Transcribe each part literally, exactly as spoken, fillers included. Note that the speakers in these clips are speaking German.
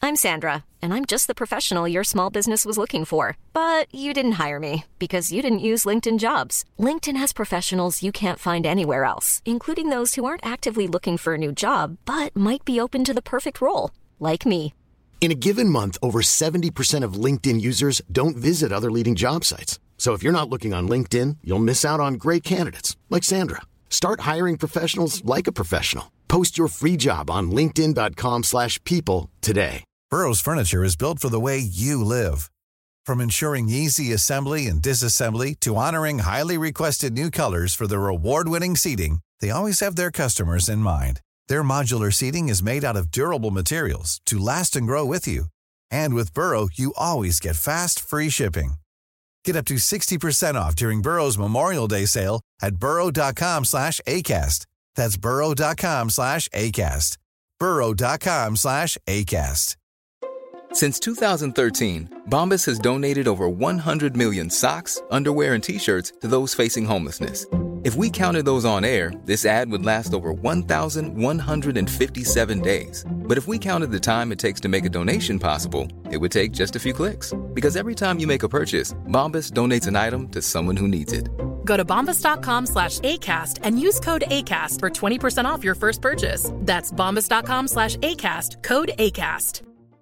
I'm Sandra, and I'm just the professional your small business was looking for. But you didn't hire me because you didn't use LinkedIn Jobs. LinkedIn has professionals you can't find anywhere else, including those who aren't actively looking for a new job, but might be open to the perfect role, like me. In a given month, over seventy percent of LinkedIn users don't visit other leading job sites. So if you're not looking on LinkedIn, you'll miss out on great candidates like Sandra. Start hiring professionals like a professional. Post your free job on linkedin dot com slash people today. Burrow's furniture is built for the way you live. From ensuring easy assembly and disassembly to honoring highly requested new colors for their award-winning seating, they always have their customers in mind. Their modular seating is made out of durable materials to last and grow with you. And with Burrow, you always get fast, free shipping. Get up to sixty percent off during Burrow's Memorial Day sale at burrow.com slash ACAST. That's burrow.com slash ACAST. burrow.com slash ACAST. Since two thousand thirteen, Bombas has donated over one hundred million socks, underwear, and T-shirts to those facing homelessness. If we counted those on air, this ad would last over one thousand one hundred fifty-seven days. But if we counted the time it takes to make a donation possible, it would take just a few clicks. Because every time you make a purchase, Bombas donates an item to someone who needs it. Go to bombas.com slash ACAST and use code ACAST for twenty percent off your first purchase. That's bombas.com slash ACAST, code ACAST.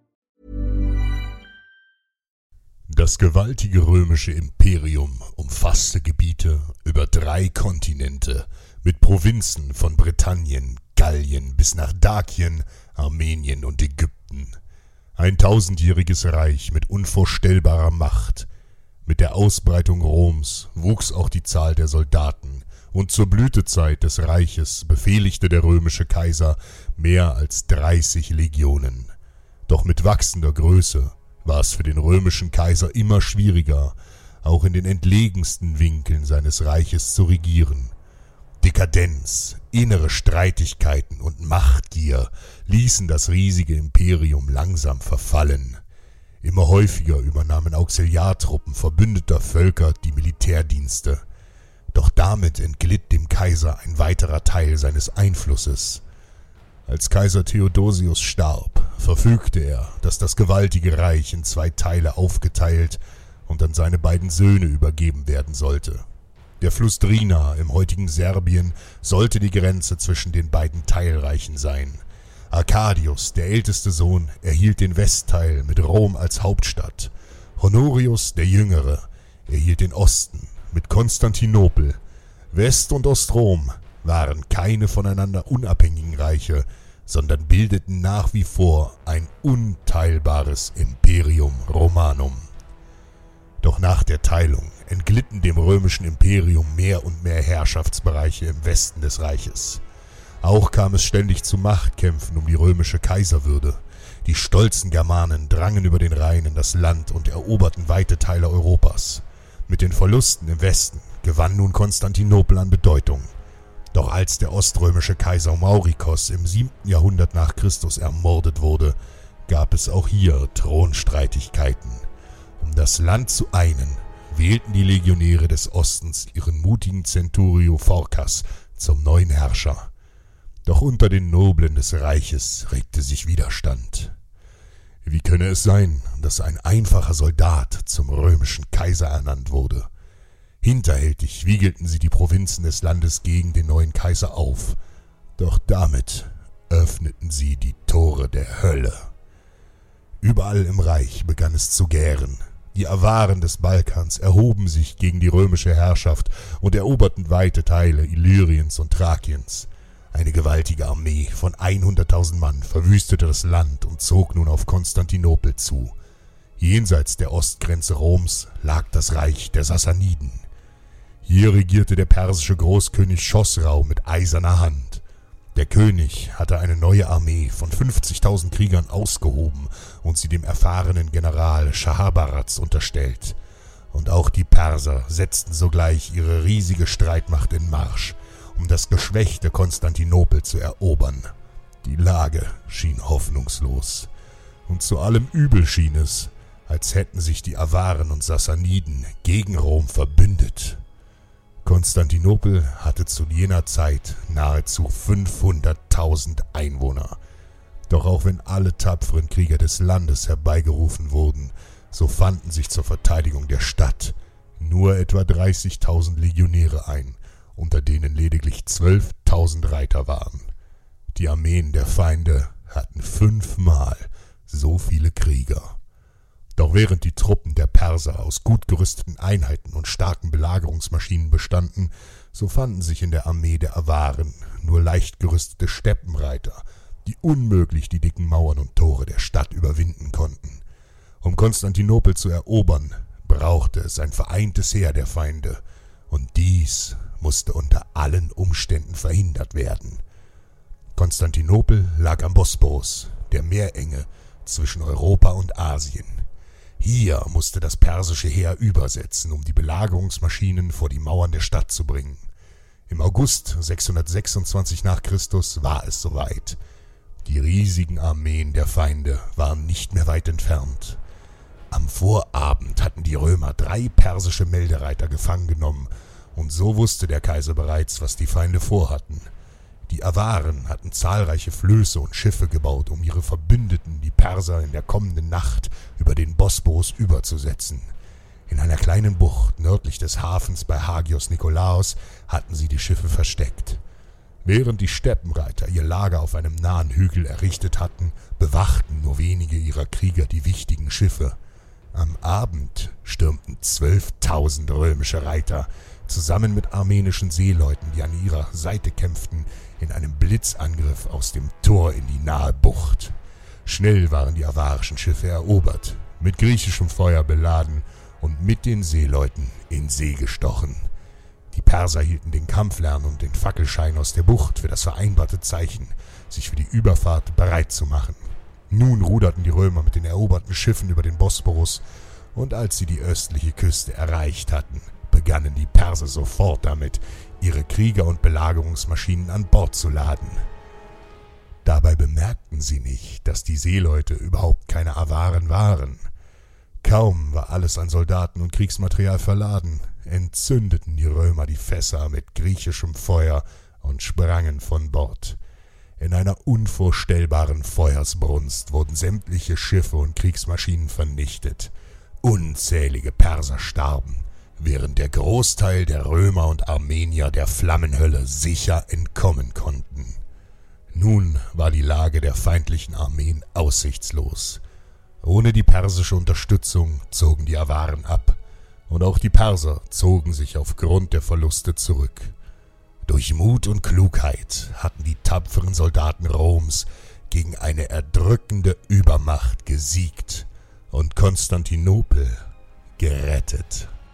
Das gewaltige römische Imperium umfasste Gebiete über drei Kontinente mit Provinzen von Britannien, Gallien bis nach Dakien, Armenien und Ägypten. Ein tausendjähriges Reich mit unvorstellbarer Macht. Mit der Ausbreitung Roms wuchs auch die Zahl der Soldaten, und zur Blütezeit des Reiches befehligte der römische Kaiser mehr als dreißig Legionen. Doch mit wachsender Größe war es für den römischen Kaiser immer schwieriger, auch in den entlegensten Winkeln seines Reiches zu regieren. Dekadenz, innere Streitigkeiten und Machtgier ließen das riesige Imperium langsam verfallen. Immer häufiger übernahmen Auxiliartruppen verbündeter Völker die Militärdienste. Doch damit entglitt dem Kaiser ein weiterer Teil seines Einflusses. Als Kaiser Theodosius starb, verfügte er, dass das gewaltige Reich in zwei Teile aufgeteilt und an seine beiden Söhne übergeben werden sollte. Der Fluss Drina im heutigen Serbien sollte die Grenze zwischen den beiden Teilreichen sein. Arcadius, der älteste Sohn, erhielt den Westteil mit Rom als Hauptstadt. Honorius, der Jüngere, erhielt den Osten mit Konstantinopel. West- und Ostrom waren keine voneinander unabhängigen Reiche, sondern bildeten nach wie vor ein unteilbares Imperium Romanum. Doch nach der Teilung entglitten dem römischen Imperium mehr und mehr Herrschaftsbereiche im Westen des Reiches. Auch kam es ständig zu Machtkämpfen um die römische Kaiserwürde. Die stolzen Germanen drangen über den Rhein in das Land und eroberten weite Teile Europas. Mit den Verlusten im Westen gewann nun Konstantinopel an Bedeutung. Doch als der oströmische Kaiser Maurikos im siebten Jahrhundert nach Christus ermordet wurde, gab es auch hier Thronstreitigkeiten. Um das Land zu einen, wählten die Legionäre des Ostens ihren mutigen Centurio Phorkas zum neuen Herrscher. Doch unter den Noblen des Reiches regte sich Widerstand. Wie könne es sein, dass ein einfacher Soldat zum römischen Kaiser ernannt wurde? Hinterhältig wiegelten sie die Provinzen des Landes gegen den neuen Kaiser auf, doch damit öffneten sie die Tore der Hölle. Überall im Reich begann es zu gären. Die Awaren des Balkans erhoben sich gegen die römische Herrschaft und eroberten weite Teile Illyriens und Thrakiens. Eine gewaltige Armee von hunderttausend Mann verwüstete das Land und zog nun auf Konstantinopel zu. Jenseits der Ostgrenze Roms lag das Reich der Sassaniden. Hier regierte der persische Großkönig Chosrau mit eiserner Hand. Der König hatte eine neue Armee von fünfzigtausend Kriegern ausgehoben und sie dem erfahrenen General Schahabaraz unterstellt. Und auch die Perser setzten sogleich ihre riesige Streitmacht in Marsch, um das geschwächte Konstantinopel zu erobern. Die Lage schien hoffnungslos. Und zu allem Übel schien es, als hätten sich die Awaren und Sassaniden gegen Rom verbündet. Konstantinopel hatte zu jener Zeit nahezu fünfhunderttausend Einwohner. Doch auch wenn alle tapferen Krieger des Landes herbeigerufen wurden, so fanden sich zur Verteidigung der Stadt nur etwa dreißigtausend Legionäre ein, unter denen lediglich zwölftausend Reiter waren. Die Armeen der Feinde hatten fünfmal so viele Krieger. Doch während die Truppen der Perser aus gut gerüsteten Einheiten und starken Belagerungsmaschinen bestanden, so fanden sich in der Armee der Awaren nur leicht gerüstete Steppenreiter, die unmöglich die dicken Mauern und Tore der Stadt überwinden konnten. Um Konstantinopel zu erobern, brauchte es ein vereintes Heer der Feinde, und dies musste unter allen Umständen verhindert werden. Konstantinopel lag am Bosporus, der Meerenge zwischen Europa und Asien. Hier musste das persische Heer übersetzen, um die Belagerungsmaschinen vor die Mauern der Stadt zu bringen. Im August sechshundertsechsundzwanzig nach Christus war es soweit. Die riesigen Armeen der Feinde waren nicht mehr weit entfernt. Am Vorabend hatten die Römer drei persische Meldereiter gefangen genommen, und so wusste der Kaiser bereits, was die Feinde vorhatten. Die Awaren hatten zahlreiche Flöße und Schiffe gebaut, um ihre Verbündeten, die Perser, in der kommenden Nacht über den Bosporus überzusetzen. In einer kleinen Bucht nördlich des Hafens bei Hagios Nikolaos hatten sie die Schiffe versteckt. Während die Steppenreiter ihr Lager auf einem nahen Hügel errichtet hatten, bewachten nur wenige ihrer Krieger die wichtigen Schiffe. Am Abend stürmten zwölftausend römische Reiter, zusammen mit armenischen Seeleuten, die an ihrer Seite kämpften, in einem Blitzangriff aus dem Tor in die nahe Bucht. Schnell waren die avarischen Schiffe erobert, mit griechischem Feuer beladen und mit den Seeleuten in See gestochen. Die Perser hielten den Kampflärm und den Fackelschein aus der Bucht für das vereinbarte Zeichen, sich für die Überfahrt bereit zu machen. Nun ruderten die Römer mit den eroberten Schiffen über den Bosporus, und als sie die östliche Küste erreicht hatten, begannen die Perser sofort damit, ihre Krieger und Belagerungsmaschinen an Bord zu laden. Dabei bemerkten sie nicht, dass die Seeleute überhaupt keine Awaren waren. Kaum war alles an Soldaten und Kriegsmaterial verladen, entzündeten die Römer die Fässer mit griechischem Feuer und sprangen von Bord. In einer unvorstellbaren Feuersbrunst wurden sämtliche Schiffe und Kriegsmaschinen vernichtet. Unzählige Perser starben, während der Großteil der Römer und Armenier der Flammenhölle sicher entkommen konnten. Nun war die Lage der feindlichen Armeen aussichtslos. Ohne die persische Unterstützung zogen die Awaren ab, und auch die Perser zogen sich aufgrund der Verluste zurück. Durch Mut und Klugheit hatten die tapferen Soldaten Roms gegen eine erdrückende Übermacht gesiegt und Konstantinopel gerettet.